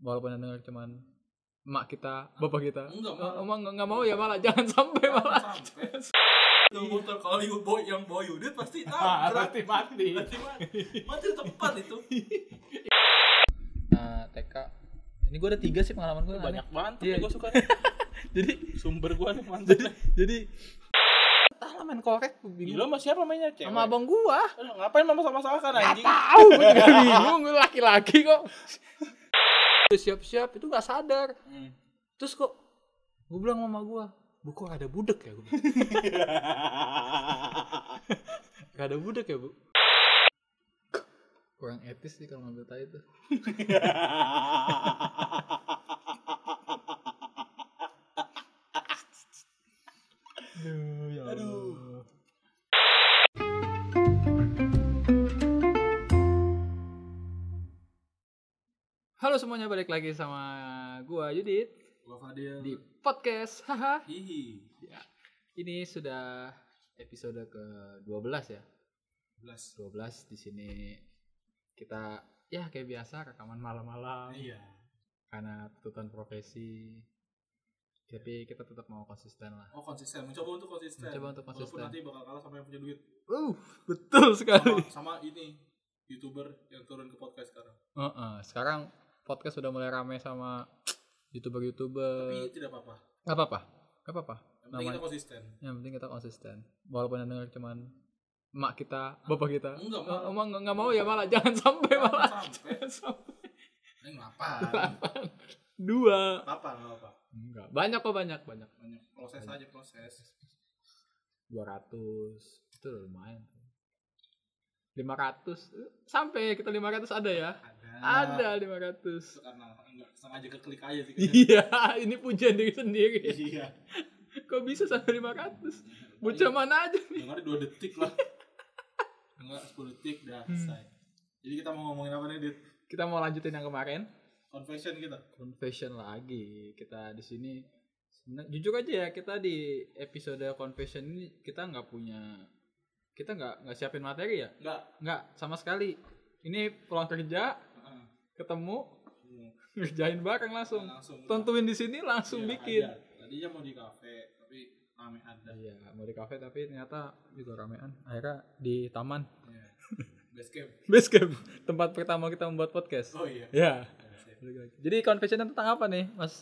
walaupun yang denger cuman emak kita, bapak kita. Enggak mau ya, malah jangan sampai malah. Tuh motor kalau yang bawa Yudit pasti Mati. Mati tempat itu. Nah, TK. Ini gue ada 3 sih pengalaman gue. Banyak banget Iya. gue suka. Jadi Sumber gue nih mantap. jadi entahlah main korek gue bingung. Gila sama siapa mainnya? Cewek? Sama abang gua. Ngapain sama-sama kan Nggak anjing? tahu, gue juga bingung, gue laki-laki kok. Siap-siap itu nggak sadar. Terus kok gue bilang sama mama gue, bu kok ada budek ya? Gak ada budek ya bu? Kurang etis sih kalau ngambil tai itu. Aduh. Halo semuanya, balik lagi sama gua Yudit. Gua Fadil. Di podcast. Haha. Hihi. Ya. Ini sudah episode ke-12 ya. 12 di sini kita ya kayak biasa rekaman malam-malam. Iya. Karena tuntutan profesi. Tapi kita tetap mau konsisten lah. Oh, konsisten. Mencoba untuk konsisten. Walaupun nanti bakal kalah sama yang punya duit. Betul sekali. Sama ini YouTuber yang turun ke podcast sekarang. Sekarang podcast sudah mulai rame sama YouTuber. Tapi tidak apa-apa. Gak apa-apa. Yang penting kita konsisten. Yang penting kita konsisten. Walaupun yang denger cuman emak kita, bapak kita. Enggak mau ya, malah jangan sampai malah. Jangan sampai. Ini ngapain? 2. Apa? Enggak. Banyak. Proses aja. 200. Itu udah lumayan. 500. Sampai kita 500 ada ya? Ada 500. Karena enggak sengaja keklik aja sih. Iya, ini pujian diri sendiri. Iya. Kok bisa sampai 500? Bocah mana aja nih? Dengar 2 detik lah. Enggak 10 detik dah selesai. Jadi kita mau ngomongin apa nih, Dit? Kita mau lanjutin yang kemarin. Confession lagi. Kita di sini sebenarnya jujur aja ya, kita di episode confession ini kita nggak siapin materi ya? Nggak sama sekali. Ini pulang kerja, ketemu, ngerjain bareng langsung. Tentuin di sini langsung bikin. Tadinya mau di kafe, tapi rame ada. Iya, mau di kafe tapi ternyata juga ramean. Akhirnya di taman. Iya. Base camp. Tempat pertama kita membuat podcast. Oh iya. Ya. Jadi confession tentang apa nih, Mas?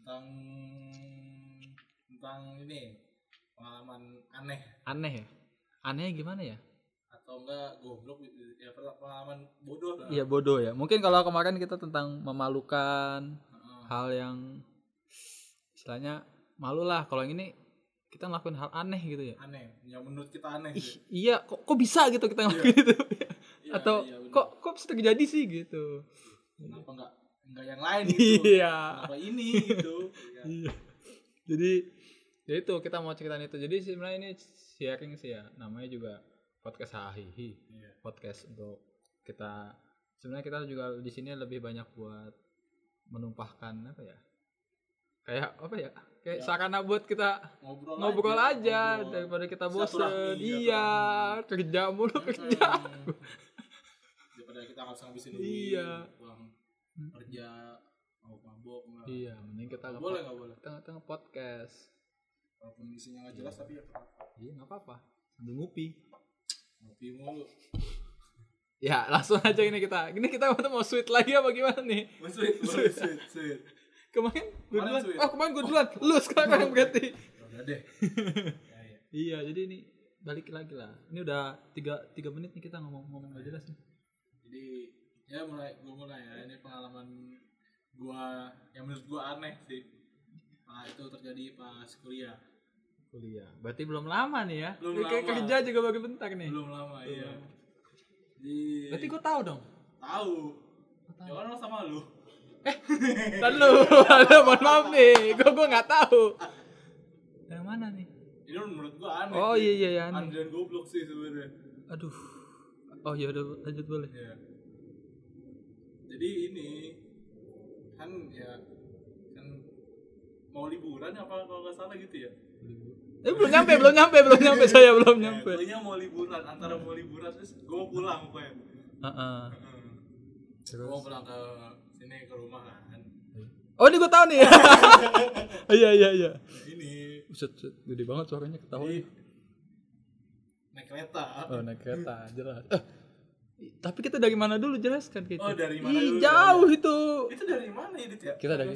Tentang ini pengalaman aneh. Aneh ya? Anehnya gimana ya? Atau enggak goblok ya, pengalaman bodoh lah. Iya, bodoh ya. Mungkin kalau kemarin kita tentang memalukan, hal yang istilahnya malu lah. Kalau yang ini kita ngelakuin hal aneh gitu ya. Aneh, yang menurut kita aneh. Iya, kok bisa gitu kita ngelakuin itu? Atau kok bisa terjadi sih gitu? Kenapa enggak yang lain gitu? Iya. Kenapa ini gitu? Iya. Jadi ya itu kita mau ceritain itu. Jadi sebenarnya ini sharing sih ya. Namanya juga podcast hahihi. Iya. Podcast untuk kita. Sebenarnya kita juga di sini lebih banyak buat menumpahkan apa ya? Kayak apa ya? Kayak sarana buat kita ngobrol aja daripada kita bosen. Iya, kerja mulu kerja. Daripada kita nggak bisa ngabisin duit. Iya. Pulang kerja mabok enggak. Iya, mending kita nggak boleh. Kita podcast. Walaupun isinya nggak jelas tapi ya apa? Iya, nggak apa-apa. Sambil ngopi mulu. Ya, langsung aja ini kita mau sweet lagi apa gimana nih? Sweet. Kemarin gue duluan. Lu sekarang berarti. Udah deh. Iya, jadi ini balik lagi lah. Ini udah 3 menit nih kita ngomong enggak jelas nih. Jadi ya mulai ya. Ini pengalaman gua yang menurut gua aneh sih. Nah, itu terjadi pas kuliah. Berarti belum lama nih ya. Kayak kerja juga baru bentar nih. Belum lama, iya. Berarti gua tahu dong. Tahu. Jangan sama lu. Mohon maaf nih. Gua enggak tahu. Yang mana nih? Ini menurut gua aneh. Oh iya aneh. Aneh dan goblok sih sebenarnya. Aduh. Oh ya udah lanjut boleh. Iya. Jadi ini kan mau liburan apa kalau nggak salah gitu ya? Belum nyampe saya belum nyampe. Pokoknya mau liburan, antara mau liburan terus gue mau pulang pokoknya. Terus gue mau pulang ke sini ke rumah kan. Oh ini gue tahu nih. Iya. Ini Buset, gede banget suaranya ketahuan. jadi naik kereta. Oh naik kereta jelas. Tapi kita dari mana dulu jelaskan gitu. Oh, dari mana dulu? Jauh itu. Itu dari mana Dit ya? Kita dari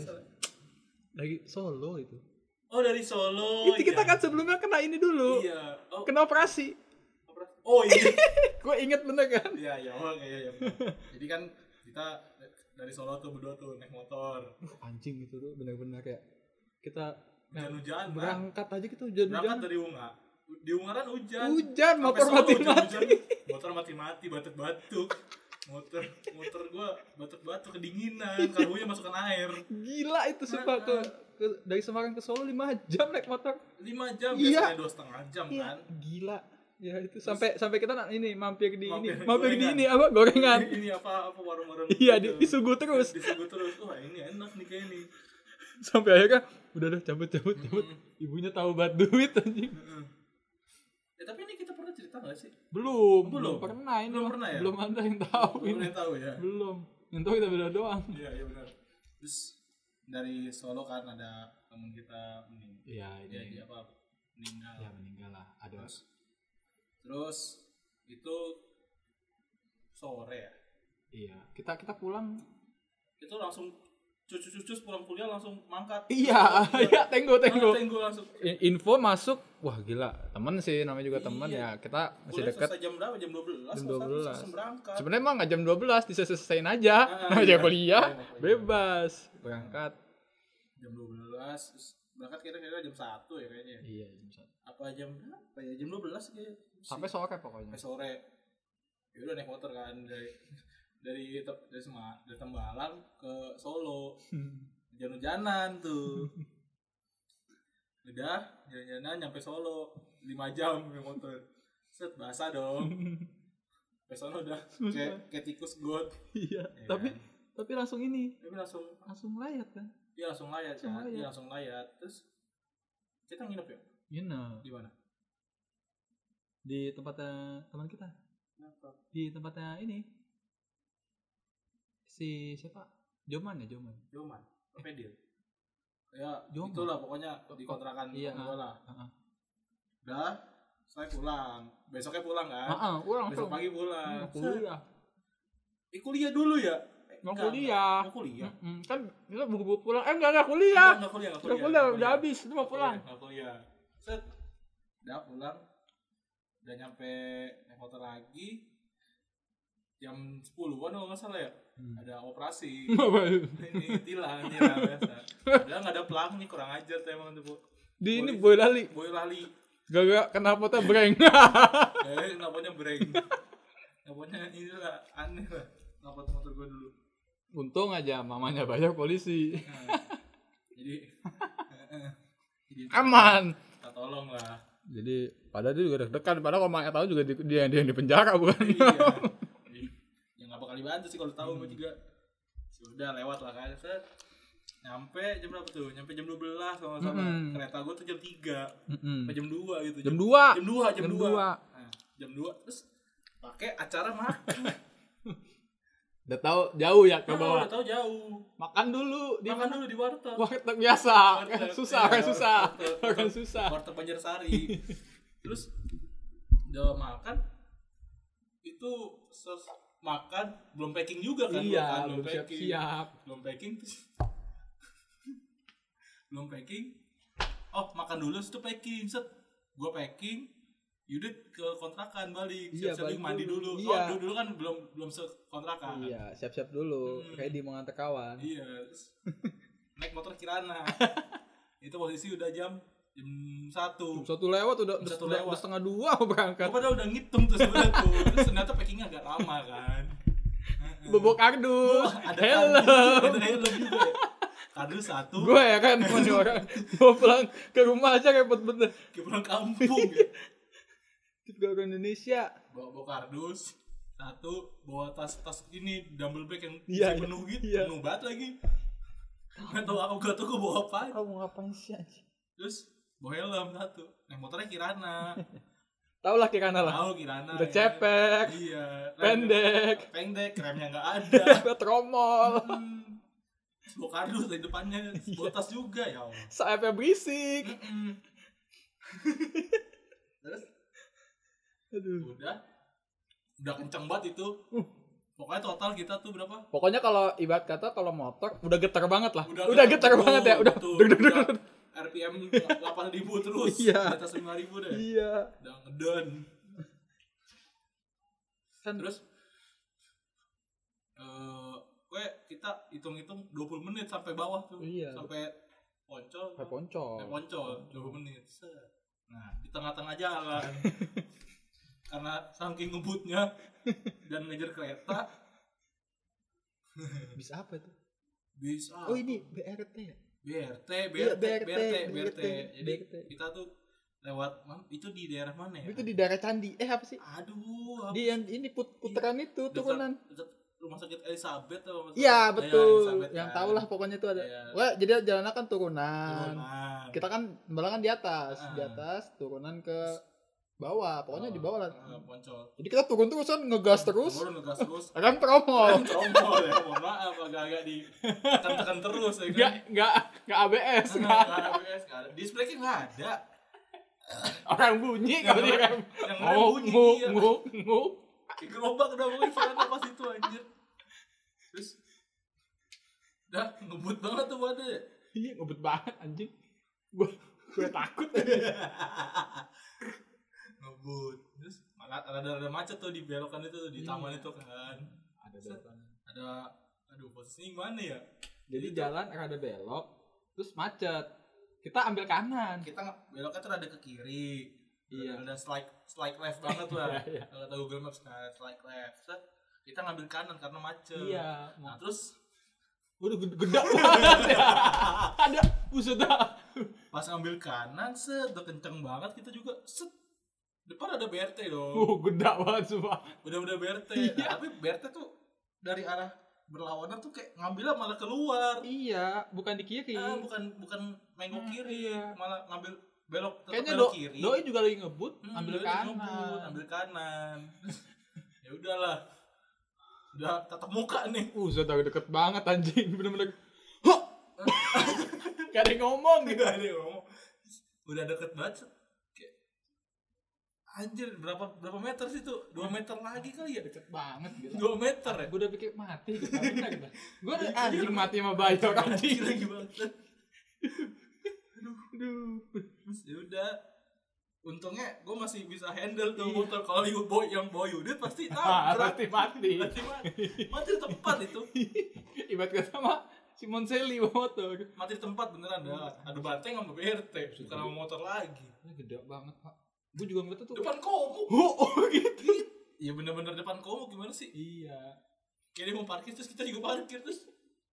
Solo itu. Oh dari Solo. Itu kita kan sebelumnya kena ini dulu. Iya. Oh, Kena operasi. oh iya. Gue inget bener kan. Iya. Jadi kan kita dari Solo tuh berdua tuh naik motor. Anjing itu tuh bener-bener kayak kita Hujan-hujan. berangkat aja gitu Berangkat hujan-hujan. dari Unga. Di Ungaran hujan. Hujan, Sampai motor Solo mati-mati. hujan-hujan. Motor mati-mati, batuk-batuk. Motor gua batuk-batuk kedinginan, karbunya masukkan air. Gila itu sumpah dari Semarang ke Solo 5 jam naik motor. 5 jam Iya. biasanya 2,5 jam Iya, kan. gila. Ya itu sampai kita ini mampir di Gorengan. ini apa gorengan. Ini apa warung-warung. Iya, gitu. disuguh terus. Disuguh terus. Wah, ini enak nih kayak ini. Sampai akhirnya udah cabut. Ibunya tahu banget duit anjing. Tapi ini kita pernah cerita gak sih? Belum pernah ini. Belum pernah ya? Belum ada yang tahu Belum ini. ada yang tahu ya? Belum. Yang tahu kita beda doang. Iya benar. Terus dari Solo kan ada teman kita meninggal. Iya, Jadi apa? Meninggal. Ya meninggal lah. Ada. Terus itu sore ya. Iya, kita pulang. Itu langsung cucu-cucu pulang kuliah langsung mangkat. Iya, tenggo. Tenggo langsung. Info masuk, wah gila. Temen sih, namanya juga temen Iya. ya. Kita masih Kuliah dekat. selesai jam berapa? Jam 12. Jam Langsung berangkat. Sebenarnya emang nggak jam 12, diselesain aja. Aja Iya. kuliah, Iya. bebas berangkat. Jam 12 terus berangkat kira-kira jam 1 ya kayaknya. Iya, jam 1. Apa jam berapa ya? Jam 12 kayaknya. Sampai sore pokoknya. Sampai sore. Ya udah naik motor kan dari Tembalang ke Solo. Hujan-hujanan tuh. Udah jalan-jalan nyampe Solo 5 jam naik motor. Set basah dong. Sampai sono udah kayak tikus got. Iya, Ya. tapi langsung ini. Tapi langsung Layat kan. iya langsung layat kan. Iya langsung layat. Terus kita nginep ya? Iya. Di mana? Di tempatnya teman kita. Kenapa? Di tempatnya ini. Si siapa? Joman. Joman. Pedil. Ya, Joman. itulah pokoknya di kontrakan Iya. gua lah. Heeh. Udah, saya pulang. Besoknya pulang kan? Pulang. Besok pagi pulang. Kuliah. Kuliah dulu ya? Mau Enggak, kuliah. Mau kuliah. Kan kita buru-buru pulang. Enggak kuliah. Enggak kuliah. Enggak kuliah, udah habis, itu mau pulang. Enggak kuliah. Set. Udah pulang. Udah nyampe naik motor lagi. Jam 10-an kalau nggak salah ya. Ada operasi. Ini tilang biasa. Udah nggak ada pelang nih, kurang ajar tuh emang tuh. Di ini boy lali. Gak kenapa tuh breng. Kenapanya breng. Kenapanya ini lah aneh lah. Ngapot motor gue dulu. Untung aja mamanya bayar polisi. Nah, jadi Aman. kita tolong lah. Jadi padahal dia juga deg-degan. Padahal kalau mamanya tahu juga dia yang di penjara bukan? Iya. Ya nggak bakal dibantu sih kalau tahu gue juga. Sudah lewat lah kan. Set. Nyampe jam berapa tuh? Nyampe jam 12 kalau nggak salah. Kereta gue tuh jam 3. Sampai jam 2 gitu. Jam 2. Jam 2. Nah, jam 2 terus pakai acara makan. Udah tahu jauh ya ke bawah. Udah tahu jauh. Makan dulu di warteg. Warteg biasa. Warteg, Susah. Warteg Banjarsari. Terus udah makan itu makan belum packing juga kan? Iya, belum packing. siap. Belum packing terus belum packing. Oh, makan dulu terus packing. Set. Gua packing. Yudit ke kontrakan balik. Siap-siap mandi dulu. Iya. Oh, dulu kan belum sekontrakan. Iya, siap-siap dulu. Ready mau nganter kawan. Iya. Terus naik motor Kirana. Itu posisi udah jam 1. Satu lewat udah setengah 2 berangkat. Padahal udah ngitung tuh sebenarnya tuh. Terus ternyata packingnya agak lama kan. Bobok kardus. Ada helm juga ya. Kardus 1. Gue ya kan masih orang mau pulang ke rumah aja repot bener. Kayak pulang kampung ya. Tipe orang Indonesia. Bawa kardus 1, bawa tas ini dumbbell bag yang penuh gitu, penuh banget lagi. Gak tau gue bawa apa. Kamu ngapain sih anjing? Terus bawa helm 1. Naik motornya Kirana. Tau lah Kirana lah. Tahu Kirana. Udah cepek. Iya. Pendek. Remnya nggak ada. Tromol. sebuah kardus di depannya, sebuah tas juga ya Allah. Sayapnya berisik. Terus Aduh. udah kenceng banget itu. Pokoknya total kita tuh berapa? Pokoknya kalau ibarat kata kalau motor udah getar banget lah. Udah getar banget ya. Udah RPM 8.000 terus. Iya. Di atas 5.000 deh. Iya. Udah ngedon. Terus kita hitung-hitung 20 menit sampai bawah tuh. Iya. Sampai Poncol. 20 menit. Nah, di tengah-tengah jalan. Karena saking ngebutnya dan ngejar kereta. Bisa apa tuh? Bisa. Oh, ini BRT ya? BRT. Jadi kita tuh lewat itu di daerah mana ya? Itu di daerah Candi. Apa sih? Aduh. Di yang ini putaran itu turunan. Rumah sakit Elizabeth atau iya betul yang kan. tahu lah pokoknya itu ada wah jadi jalannya kan turunan. Kita kan malah kan di atas turunan ke bawah pokoknya di bawah lah Poncol. Jadi kita turun terus kan ngegas terus kan tromol ya mohon maaf agak di tekan terus ya kan nggak ABS nggak ABS display nggak ada orang bunyi kalau dia kan nguk gerobak udah mulai sana pas itu anjir. Terus udah ngebut banget tuh pada. Iya ngebut banget anjing. Gue takut. Ngebut. Terus ada macet tuh di belokan itu tuh di taman itu kan. Ada belokan. Aduh posisinya gimana ya? Jadi jalan rada belok terus macet. Kita ambil kanan. Kita beloknya tuh rada ke kiri. Iya. Ada slide left banget lah. Kalau tahu Google Maps kan slide left. Kita ngambil kanan karena macet. Iya. Nah terus udah gede banget ya. Ada buset dah. Pas ngambil kanan udah kenceng banget kita juga depan ada BRT dong. Gede banget semua. Udah BRT. Iya. Nah, tapi BRT tuh dari arah berlawanan tuh kayak ngambilnya malah keluar. Iya, bukan di kiri. Bukan menggok kiri, iya. Malah ngambil belok kayaknya belok kiri. Doi juga lagi ngebut, ambil kanan. Ya udahlah. Udah tatap muka nih. Sudah deket banget anjing, bener-bener. Gak ada yang ngomong gitu. Udah deket banget. Kayak anjir, berapa meter sih tuh? 2 meter lagi kali ya? Deket banget gitu. 2 meter ya? Gue udah pikir mati gitu. Gue udah anjing mati sama Bayo anjing lagi banget. Aduh. Terus ya udah. Untungnya gue masih bisa handle tuh motor. Kalau yang bawa Yudit pasti mati tempat itu. Ibarat kata sama Simon Selly bawa motor. Mati tempat beneran dah. Adu banteng sama BRT. Bukan sama motor lagi. Gede banget pak. Gue juga ngeliat tuh. Depan Komo. Gitu. Iya bener-bener depan Komo gimana sih? Iya. Kayak dia mau parkir terus kita juga parkir terus.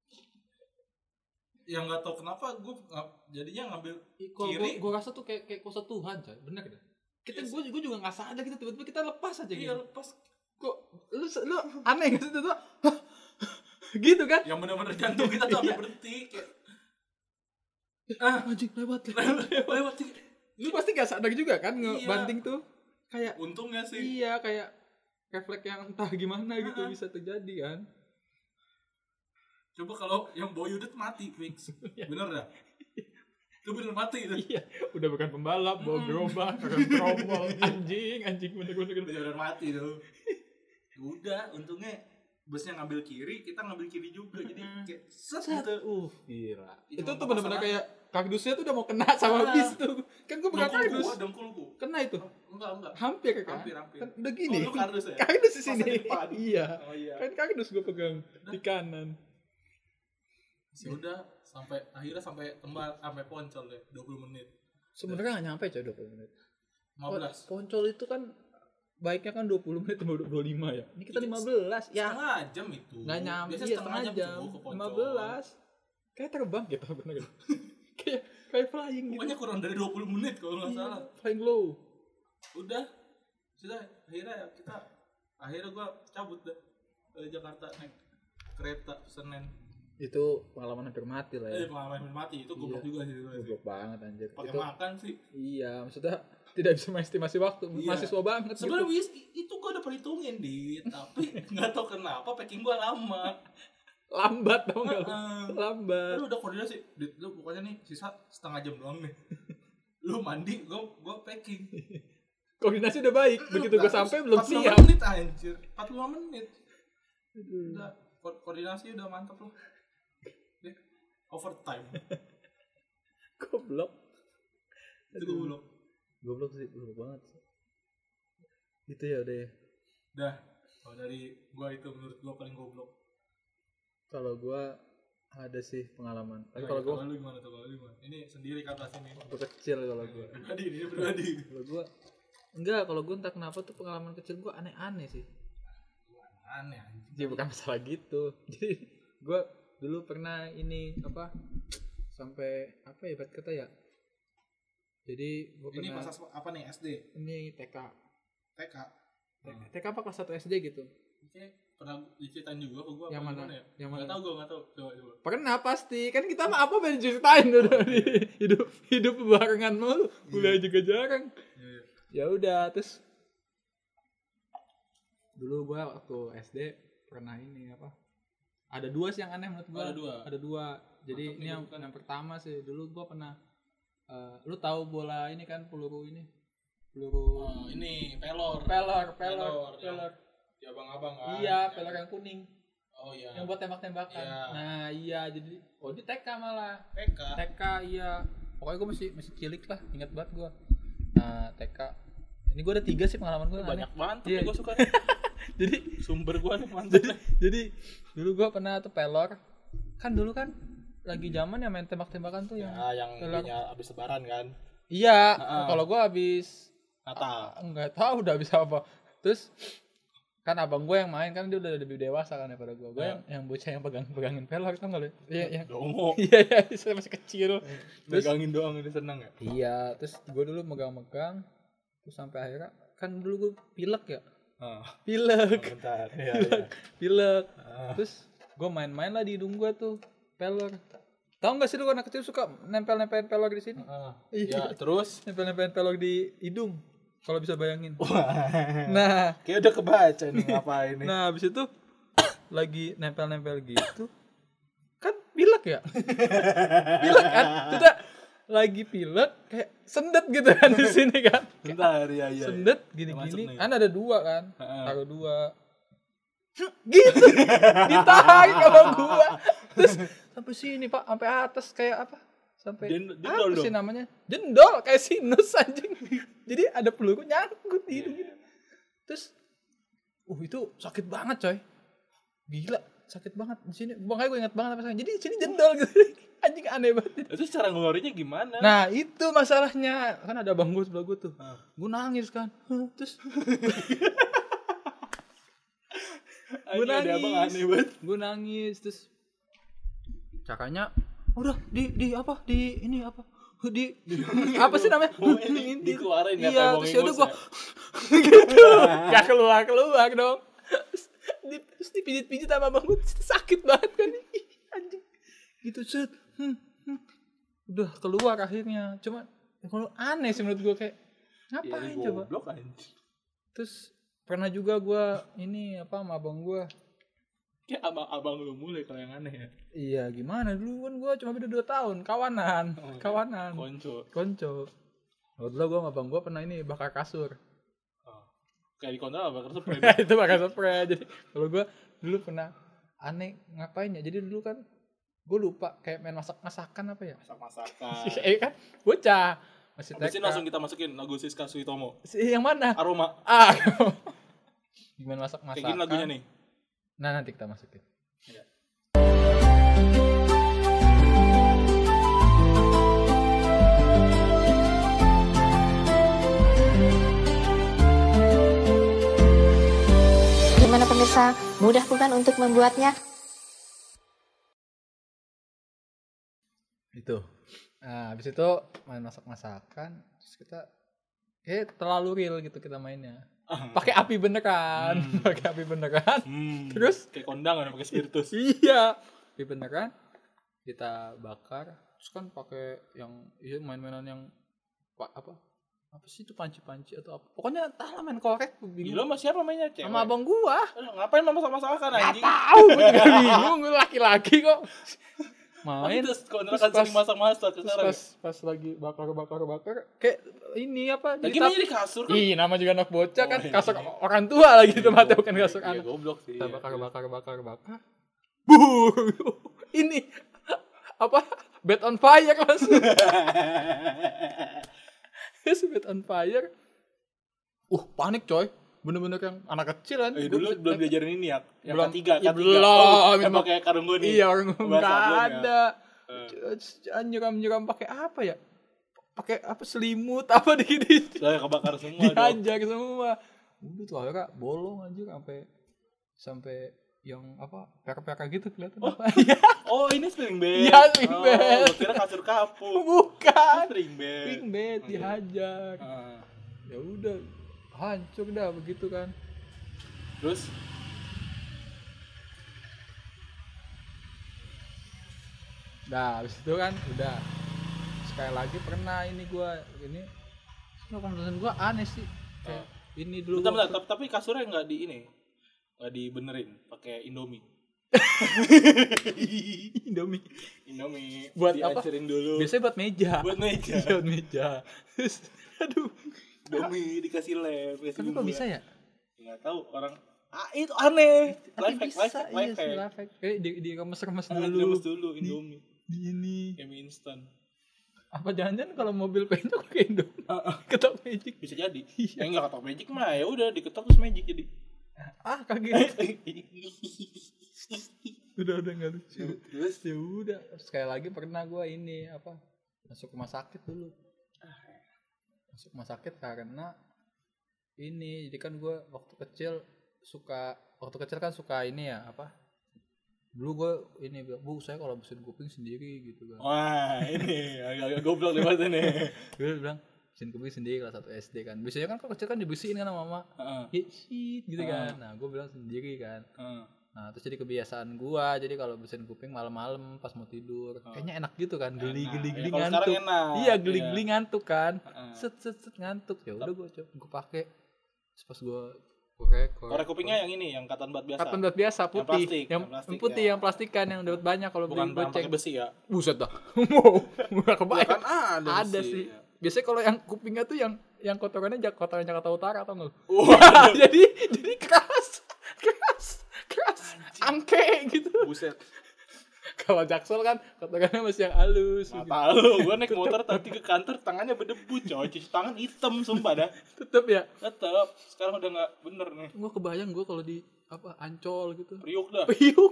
Yang nggak tahu kenapa gue jadinya ngambil kiri. Gue rasa tuh kayak kuasa Tuhan coy, bener kan? Gue juga nggak sadar gitu tiba-tiba kita lepas aja gitu. Iya lepas. Kok lu aneh gitu tuh? Gitu kan? Yang bener-bener jantung kita tuh sampai berhenti kayak. Anjing lewat. Lu pasti nggak sadar juga kan ngebanting tuh? Kayak. Untungnya sih. Iya kayak refleks yang entah gimana gitu bisa terjadi kan? Coba kalau yang bawa Yudit mati fix. Bener dah. Itu bener mati itu. Iya, udah bukan pembalap, bawa gerobak, bukan tromol, anjing bener mati tuh. Udah, untungnya busnya ngambil kiri, kita ngambil kiri juga. Jadi kayak set gitu. Gila. Itu tuh bener-bener kayak kardusnya tuh udah mau kena sama bis tuh. Kan gue pegang kardus. Dengkulku. Kena itu. Enggak. Hampir kan? Hampir. Kan udah gini. Oh, kardus ya? Kardus di sini. Iya. Oh iya. Kan kardus gue pegang di kanan. Sudah akhirnya sampai Poncol deh 20 menit. Sebenarnya enggak nyampe coy 20 menit. 15. Poncol itu kan baiknya kan 20 menit atau 25 ya. Ini kita 15 ya. Setengah jam itu. Enggak nyampe. Biasanya Setengah jam. 15. Kayak terbang gitu bener gitu. kayak flying gitu. Pokoknya kurang dari 20 menit kalau enggak salah. Flying low. Udah. Sudah akhirnya gua cabut dah dari Jakarta naik kereta Senen. Itu pengalaman hampir mati lah ya. Pengalaman hampir mati itu goblok juga sih. Goblok banget anjir. Pakai itu, makan sih. Iya, maksudnya tidak bisa mengestimasi waktu. Iya. Mahasiswa banget. Sebenarnya gitu. Itu gua udah perhitungin tapi nggak tahu kenapa packing gua lama. lambat tau nggak? Lambat. Lu udah koordinasi, lu pokoknya nih sisa setengah jam doang nih. Lu mandi, gue packing. Koordinasi udah baik, begitu gue sampai belum 45 siap. menit anjir, 45 menit. Udah koordinasi udah mantap loh. Overtime. Goblok. Itu goblok. Goblok sih, goblok banget. Itu ya udah ya. Dah, kalau dari gua itu menurut gua paling goblok. Kalau gua ada sih pengalaman. Tapi Kalau kalau gua lu gimana tuh? Kalau lu gimana? Ini sendiri kata sini. waktu kecil kalau gua. Pribadi. Kalau gua enggak, kalau gua entah kenapa tuh pengalaman kecil gua aneh-aneh sih. Aneh anjing. Jadi bukan masalah gitu. Jadi gua dulu pernah ini apa? Sampai apa ya ibarat kata ya? Jadi gua Ini pernah pas apa nih SD? ini TK. TK. TK apa kelas 1 SD gitu. Oke, pernah diceritain juga ke gua Yang apa mana? gimana ya? Yang mana? Enggak tahu gua, enggak tahu. Coba. Pernah pasti. Kan kita mah apa pengen ceritain udah di hidup barengan mulu. Kuliah juga jarang. Iya. Ya udah, terus dulu gua waktu SD pernah ini apa? Ada dua sih yang aneh menurut gua. Ada dua. Jadi ini yang pertama sih, dulu gua pernah lu tahu bola ini kan peluru ini. Peluru ini pelor. Ya abang-abang kan. Iya, pelor yang kuning. Oh iya. Yang buat tembak-tembakan. Iya. Nah, iya jadi di TK malah. TK. TK iya. Pokoknya gue masih cilik lah, ingat banget gue. Nah, TK. Ini gue ada 3 sih pengalaman gue. Banyak banget iya. Gue suka. Jadi sumber gue nih mantap. Jadi dulu gue pernah tuh pelor. Kan dulu kan lagi zaman yang main tembak-tembakan tuh yang habis lebaran kan. Iya, kalau gue habis Natal. Enggak tahu udah habis apa. Terus kan abang gue yang main kan dia udah lebih dewasa kan daripada gue. Gue yang bocah yang pegangin pelor tau enggak lu? Iya. Dongo. Iya, saya masih kecil. Terus pegangin doang udah seneng ya? Iya, terus gue dulu megang-megang terus sampai akhirnya kan dulu gue pilek ya. Pilek. Bentar. Pilek. Terus gue main-main lah di hidung gue tuh pelor. Tahu enggak sih lu anak kecil suka nempel-nempelin pelor di sini? Iya, terus nempel-nempelin pelor di hidung. Kalau bisa bayangin. Nah, kayak udah kebaca nih ngapain nih. Nah, habis itu lagi nempel-nempel gitu. Kan pilek ya? Pilek kan? Sudah lagi pilek kayak sendet gitu kan di sini kan. Bentar, iya. Sendet gini-gini. Kan ada 2 kan? Taruh 2. Gitu. Ditarik sama gua. Terus sampai sini, Pak, sampai atas kayak apa? Sampai apa sih namanya? Jendol kayak sinus anjing. Jadi ada peluru nyangkut di hidung gitu. Terus itu sakit banget coy. Gila, sakit banget di sini. Makanya gue ingat banget apa sakit. Jadi di sini jendol gitu. Anjing aneh banget. Terus cara ngeluarinnya gimana? Nah, itu masalahnya. Kan ada abang gue sebelah gue tuh. Gue nangis kan. Terus gue nangis terus caranya udah di apa sih namanya dikeluarin ya. Iya, terus yaudah gua gitu gak keluar dong. Terus dipijit sama abang gua sakit banget kan anjing gitu set udah keluar akhirnya. Cuma kalau aneh sih menurut gua kayak ngapain ya, coba. Terus pernah juga gua ini apa sama abang gua. Kayak abang lu mulai kalau yang aneh ya. Iya, gimana dulu kan gua cuma beda 2 tahun, kawanan. Konco. Waktu itu gua sama abang gua pernah ini bakar kasur. Kayak di kontra bakar spray. Itu bakar spray. Jadi kalau gua dulu pernah aneh ngapain ya. Jadi dulu kan gua lupa kayak main masak-masakan apa ya? Masak-masakan. Kan bocah. Masih TK. Abis ini langsung kita masukin lagu Siska Suitomo. Yang mana? Aroma. Gimana masak-masakan. Kayak gini lagunya nih. Nah, nanti kita masukin. Iya. Gimana pemirsa? Mudah bukan untuk membuatnya? Itu. Nah, habis itu main masak-masakan, terus kita terlalu real gitu kita mainnya. Pakai api beneran. Terus kayak kondangan pakai spiritus. Iya. Api beneran kita bakar. Terus kan pakai yang main-mainan yang apa? apa sih itu panci atau apa, pokoknya entahlah main korek. Gila sama siapa mainnya, cewek? Sama abang gua. Ngapain masak-masakan kan Nggak anjing? tahu, gua juga bingung, gua laki-laki kok main. Terus kontrakan sering masak-masak sekarang. Pas lagi bakar kayak ini apa lagi main di kasur kan? Ih, nama juga anak bocah kan, kasur orang tua lagi tempatnya, bukan kasur Iya, anak. goblok sih. Kita bakar. Ini apa? Bed on fire langsung. Yes, bed on fire. Panik coy. Bener-bener yang anak kecil kan. Dulu belum diajarin ini ya. Yang Belum. ketiga. Belum. Yang pakai karung goni. Iya, orang Bahasa enggak belum ya? ada. Nyiram pakai apa ya? Pakai apa, selimut apa di Saya kebakar semua dong. dihajar semua. Udah tuh akhirnya bolong anjir sampai yang apa, per-per gitu kelihatan apa. Oh, ini spring bed. Iya, spring bed. Gua kira kasur kapur. Bukan. Spring bed. Spring bed dihajar. Ya udah, hancur dah begitu kan. Terus Nah, habis itu kan udah. Sekali lagi pernah ini konten gua aneh sih. Kayak ini dulu. bentar, tapi kasurnya enggak dibenerin pakai Indomie. Indomie Buat apa? dihancurin dulu. Biasanya buat meja. Buat meja. Iya, buat meja. Terus, aduh. Indomie dikasih lem, kasih Tapi kok bumbu bisa ya? Enggak tahu orang. Itu aneh. Tapi Life bisa, hack. iya sih, life hack. Kayak di remes-remes dulu. Diremes dulu Indomie. Di ini. Indomie instan. Apa jangan-jangan kalau mobil penyok pakai Indomie? Ketok magic. Bisa jadi. Iya. Enggak ketok magic mah ya udah diketok terus magic jadi. Kaget. udah enggak lucu. Terus Ya udah, sekali lagi pernah gua ini apa? Masuk rumah sakit dulu. Masuk rumah sakit karena ini, jadi kan gua waktu kecil kan suka ini ya apa? Dulu gue ini bilang, Bu, saya kalau bersihin kuping sendiri gitu kan. wah, ini agak goblok lewat ini. Gue bilang, bersihin kuping sendiri kelas 1 SD kan. Biasanya kan kalau kecil kan dibersihin kan sama mama. Ya shit gitu kan. Nah, gue bilang sendiri kan. Nah, terus jadi kebiasaan gue, jadi kalau bersihin kuping malam-malam pas mau tidur. Kayaknya enak gitu kan, geli-geli Kalau ngantuk. sekarang enak. Iya, geli-geli ngantuk kan. Set ngantuk. Ya udah gue pakai. Terus pas gue korek kupingnya yang ini, yang katan bat biasa. Katan bat biasa putih, yang putih, ya. yang plastikan yang dapat banyak kalau beli Bukan pakai goceng. besi ya. Buset dah. Enggak kebayang. Kan Ada besi, sih. ya. Biasanya kalau yang kupingnya tuh yang kotoran Jakarta Utara atau enggak? jadi keras. Angke gitu. Buset. Kalau Jaksel kan kotorannya masih yang halus. Nggak tahu, gue naik motor tadi ke kantor tangannya berdebu coy, cuci tangan hitam sumpah dah. Tetep ya. Tetep, sekarang udah nggak bener nih. Gua kebayang gua kalau di apa Ancol gitu. Priuk dah.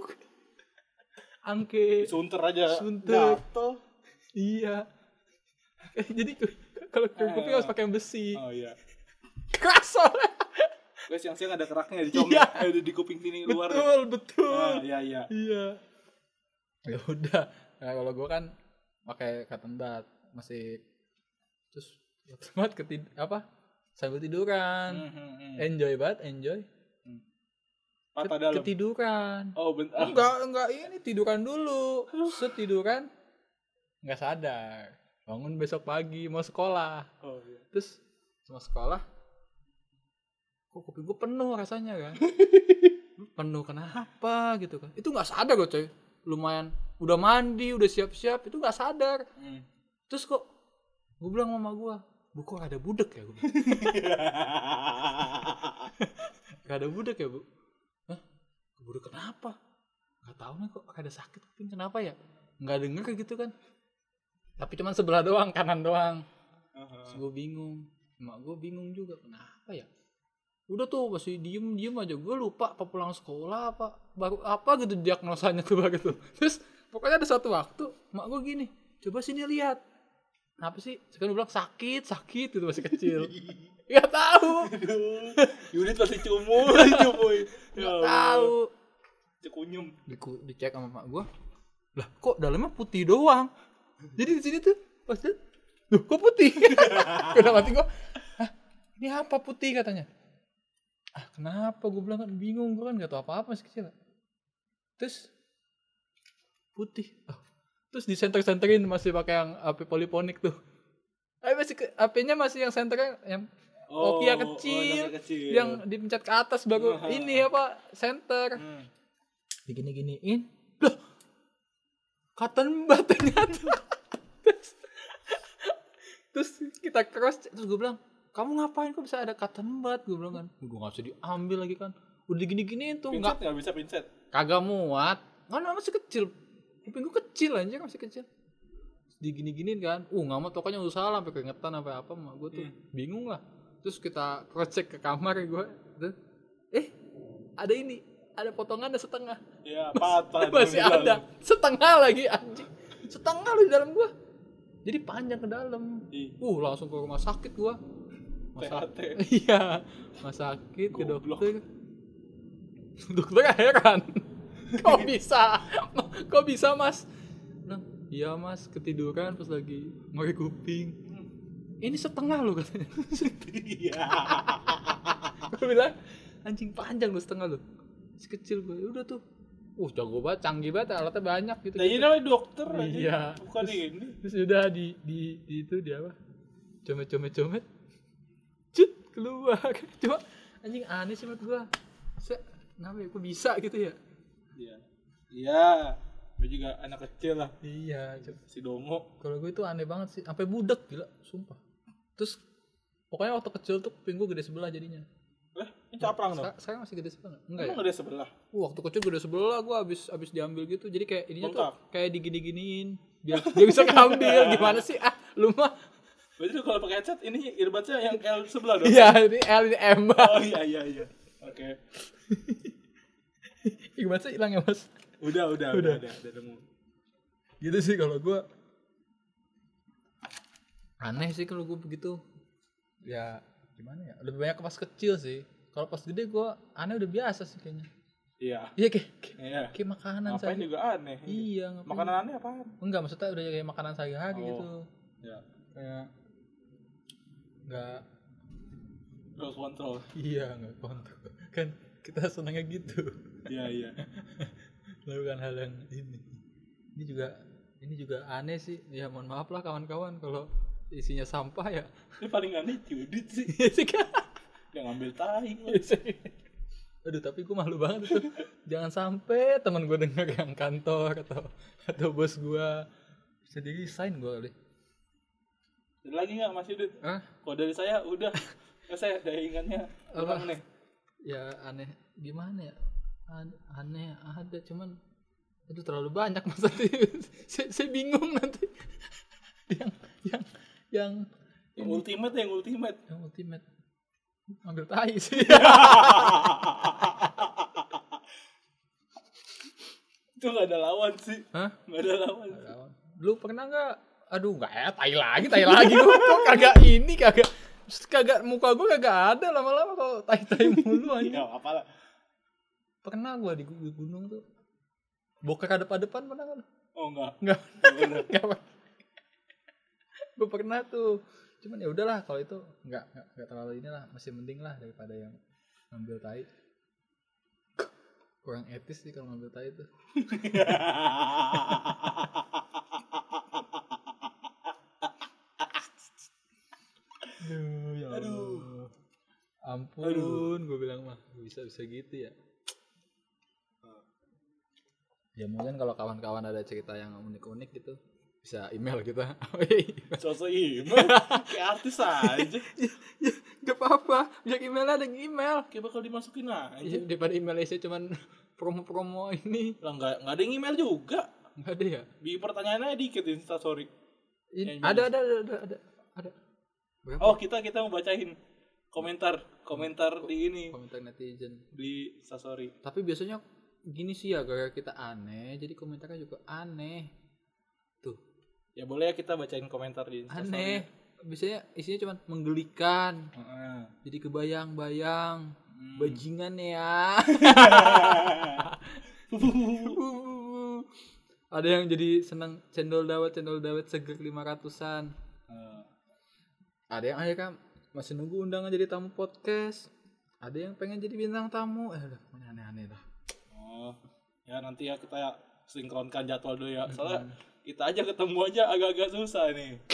Angke. Sunter aja. Sunter. Iya. Jadi kalau kuping harus pakai yang besi. Oh iya. Keras soalnya. Gue siang-siang ada keraknya di comel. Ada di kuping sini luar. Betul. Iya. Ya udah. Nah, kalau gua kan pakai cotton bud masih terus sambil tiduran. Enjoy. Patah dalam. Ketiduran. Oh, bentar. Enggak ini tiduran dulu. Tiduran enggak sadar. Bangun besok pagi mau sekolah. Oh iya. Terus mau sekolah kok kuping gue penuh rasanya kan. Penuh kenapa gitu kan. Itu enggak sadar loh coy. Lumayan udah mandi, udah siap-siap, itu enggak sadar. Terus kok gue bilang sama mama gue, Bu, kok ada budek ya? Gak ada budek ya, Bu? Hah? Budek kenapa? Gak tahu nih kok ada sakit kuping, kenapa ya? Gak denger gitu kan. Tapi cuman sebelah doang, kanan doang. Terus gue bingung. Emak gue bingung juga, kenapa ya? Udah tuh masih diem aja. Gue lupa apa pulang sekolah apa baru apa gitu diagnosanya tuh baru tuh. Terus pokoknya ada satu waktu emak gue gini, coba sini lihat. Kenapa sih? Sekarang bilang sakit itu masih kecil. Gak tahu. Unit masih cumuy. Gak tahu. Cekunyum. Dicek sama emak gue. Lah kok dalamnya putih doang. Jadi di sini tuh pas lihat, kok putih? Udah mati gue. Ini apa putih katanya? Kenapa? Gue bilang kan bingung, gue kan gak tahu apa-apa masih kecil. Terus putih. Terus disenter-senterin masih pakai yang api poliponik tuh. Masih HP-nya masih yang senternya yang Nokia kecil, yang dipencet ke atas baru ini apa center. Digini-giniin, loh, cotton bud ternyata. Terus kita cross, terus gue bilang, kamu ngapain kok bisa ada cotton bud? Gue bilang kan, gue nggak bisa diambil lagi kan. Udah digini-giniin tuh, nggak bisa pincet. Kagak muat, mana masih kecil, kuping gue kecil aja masih kecil. Digini-giniin kan, nggak mau, pokoknya usaha lah sampai keringetan apa mah gue tuh bingung lah. Terus kita cross check ke kamar gue, ada potongan setengah. Ya patah. Masih ada setengah lagi anjing, setengah lu di dalam gue. Jadi panjang ke dalam. Langsung ke rumah sakit gue. Iya, rumah sakit ke dokter. Dokter heran, kok bisa mas? Iya mas, ketiduran pas lagi ngorek kuping. Ini setengah lo katanya. Iya. Gue bilang, anjing panjang lo setengah lo. Si kecil gue, udah tuh. Jago banget, canggih banget, alatnya banyak gitu. Nah, ini namanya dokter aja. Iya. Bukan ini. Terus udah di itu dia apa? Comet. Cut keluar. Cuma anjing aneh sih menurut gue. Kenapa ya? Kok bisa gitu ya? Iya. Gue juga anak kecil lah. Iya. Si Dongo. Kalau gue itu aneh banget sih. Sampai budak gila, sumpah. Terus pokoknya waktu kecil tuh kuping gue gede sebelah jadinya. Ini caprang dong? Sekarang masih gede sebelah. Enggak ya? Gede sebelah? Waktu kecil gede sebelah gue abis diambil gitu. Jadi kayak ininya tuh kayak digini-giniin. Biar dia bisa ngambil. Gimana sih? Lu mah. Berarti kalau pakai headset ini earbudnya yang L sebelah dong? Iya, ini L ini M. Oh iya. Oke. Earbudnya hilang ya mas? Udah nemu. Gitu sih kalau gue. Aneh sih kalau gue begitu. Ya gimana ya? Lebih banyak pas kecil sih. Kalau pas gede gue aneh udah biasa sih kayaknya. Iya kayak makanan ngapain juga aneh. Iya ngapain. Makanan aneh apaan? Enggak, maksudnya udah kayak makanan sehari-hari gitu. Iya. Kayak enggak lost control. Iya, enggak kontrol. Kan kita senangnya gitu. Iya. Lakukan hal yang ini. Ini juga aneh sih. Ya mohon maaf lah kawan-kawan kalau isinya sampah ya. Ini paling aneh Judit sih. Iya sih kan. Yang ngambil tai. Aduh, tapi gue malu banget tuh. Jangan sampai teman gue dengar yang kantor atau bos gue bisa di-resign gue kali. Ada lagi nggak Mas Judit? Kalau dari saya udah. Saya daya ingatnya kurang nih. Ya aneh gimana ya? Aneh ada, cuman itu terlalu banyak mas nanti. saya bingung nanti. yang ultimate. Ambil tai sih. Itu nggak ada lawan sih. Nggak ada lawan. Lu pernah nggak? Aduh nggak ya, tai lagi. Kok kagak muka gue kagak ada lama-lama kalau tai mulu aja. Ya apalah. Pernah gue di gunung tuh. Boker ke depan pernah kan? Oh enggak. Enggak. Gue pernah tuh. Cuman ya udahlah kalau itu enggak terlalu inilah, masih mending lah daripada yang ngambil tai. Kurang etis sih kalau ngambil tai itu. Aduh. Ampun, gue bilang mah bisa gitu ya. Ya mungkin kalau kawan-kawan ada cerita yang unik-unik gitu bisa email kita. Sosok email kayak artis aja. Gak apa-apa, biar email ada email. Kayak bakal dimasukin aja. Daripada email isinya cuman promo-promo ini. Lah nggak ada yang email juga. Nggak ada ya? Di pertanyaannya dikit Instastory. Ada. Berapa? Oh kita mau bacain komentar di ini. Komentar netizen di Instastory. Tapi biasanya gini sih ya, gara-gara kita aneh, jadi komentarnya juga aneh. Tuh. Ya boleh ya kita bacain komentar di Instastory. Aneh. Biasanya isinya cuma menggelikan. Jadi kebayang-bayang. Bajingan ya. Ada yang jadi senang cendol dawet seger 500-an. Ada yang akhirnya masih nunggu undangan jadi tamu podcast. Ada yang pengen jadi bintang tamu. Udah aneh-aneh dah. Ya nanti ya kita sinkronkan jadwal dulu ya. Soalnya kita aja ketemu aja agak-agak susah nih.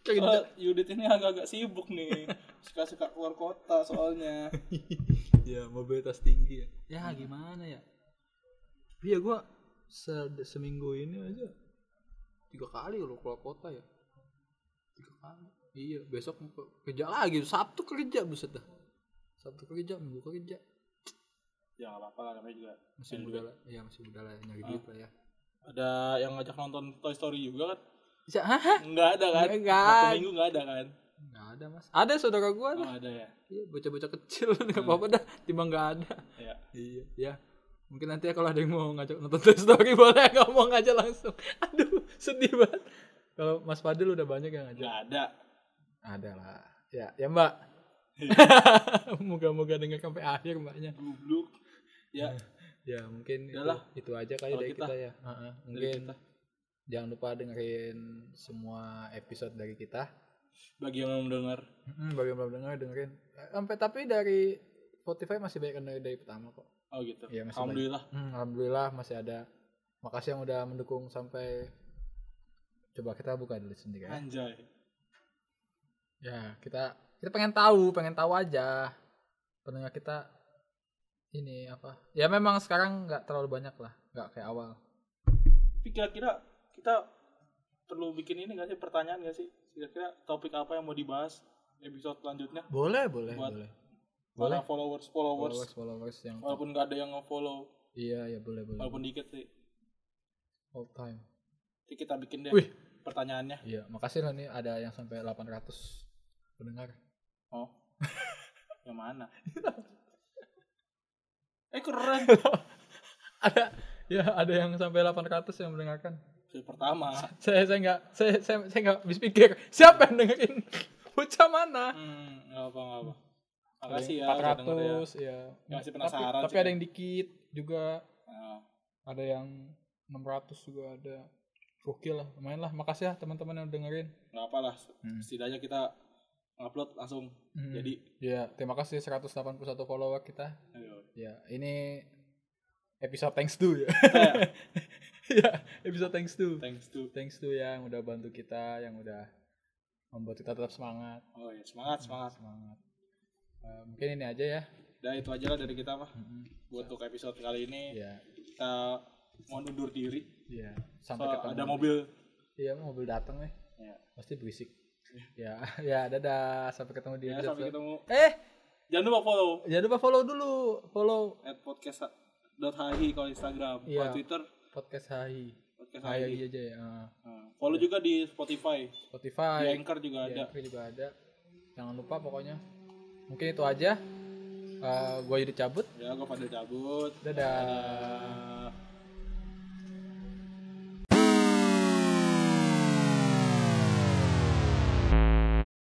Soal Yudit ini agak-agak sibuk nih. Suka-suka keluar kota soalnya. Ya mobilitas tinggi ya. Ya gimana ya? Iya gua seminggu ini aja 3 kali loh keluar kota ya. 3 kali. Iya, besok kerja lagi. Sabtu kerja buset dah. Sabtu kerja, Minggu kerja. Ya enggak apa-apa lah, namanya juga Masih muda lah. Iya, masih muda lah, nyari duit lah ya. Ada yang ngajak nonton Toy Story juga kan? Hah? Enggak ada kan? Satu minggu enggak ada kan? Enggak ada, Mas. Ada saudara gua Oh, lah. ada ya. Iya, bocah-bocah kecil enggak apa-apa dah, timbang enggak ada. Iya. Iya, ya. Mungkin nanti ya kalau ada yang mau ngajak nonton Toy Story boleh ngomong aja langsung. Aduh, sedih banget. Kalau Mas Fadil udah banyak yang ngajak. Enggak ada. Ada lah. Ya, ya Mbak. Moga-moga dengar sampai akhir Mbaknya. Goblok. Ya. Ya, mungkin itu aja kali dari kita ya. Mungkin jangan lupa dengerin semua episode dari kita. Bagi yang belum dengar. Bagi yang belum dengar dengerin. Tapi dari Spotify masih banyak yang dari pertama kok. Oh gitu. Ya, Alhamdulillah. Alhamdulillah masih ada. Makasih yang udah mendukung sampai. Coba kita buka dulu sendiri ya. Anjay. Ya, kita pengen tahu aja. Pendengar kita ini apa? Ya memang sekarang nggak terlalu banyak lah, nggak kayak awal. Tapi kira-kira kita perlu bikin ini nggak sih, pertanyaan nggak sih? Kira-kira topik apa yang mau dibahas episode selanjutnya? Boleh. Para followers yang walaupun nggak ada yang nge-follow. Iya, boleh. Walaupun dikit sih. All time. Jadi kita bikin deh pertanyaannya. Iya, makasih lah nih ada yang sampai 800 pendengar. Oh. Yang mana? Keren. ada yang sampai 800 yang mendengarkan. Pertama. Saya enggak bisa pikir siapa yang dengerin. Bocah mana? Enggak apa. Makasih ya 400 ya. Yang masih penasaran. Tapi ada yang dikit juga. Ada yang 600 juga ada. Gokil lah, lumayan lah. Makasih ya teman-teman yang dengerin. Enggak apalah. Setidaknya kita upload langsung. Jadi ya, terima kasih 181 follower kita. Ayo. Ya, ini episode thanks to ya. Ya, episode thanks to yang udah bantu kita, yang udah membuat kita tetap semangat. Oh ya, semangat. Mungkin ini aja ya. Udah itu aja lah dari kita Pak. Buat untuk episode kali ini kita mau undur diri. Iya. Sampai ketemu. Ada mobil. Iya, mobil datang nih. Iya. Pasti berisik. Ya, dadah. Sampai ketemu di episode. Sampai ketemu. Jangan lupa follow dulu. Follow @podcast.hi kalau Instagram, kalau Twitter podcast HI. Podcast HI aja ya. Follow juga di Spotify. Di Anchor juga ada. Jangan lupa pokoknya. Mungkin itu aja. Gua Yudi cabut. Ya, gua Fadil cabut. Dadah.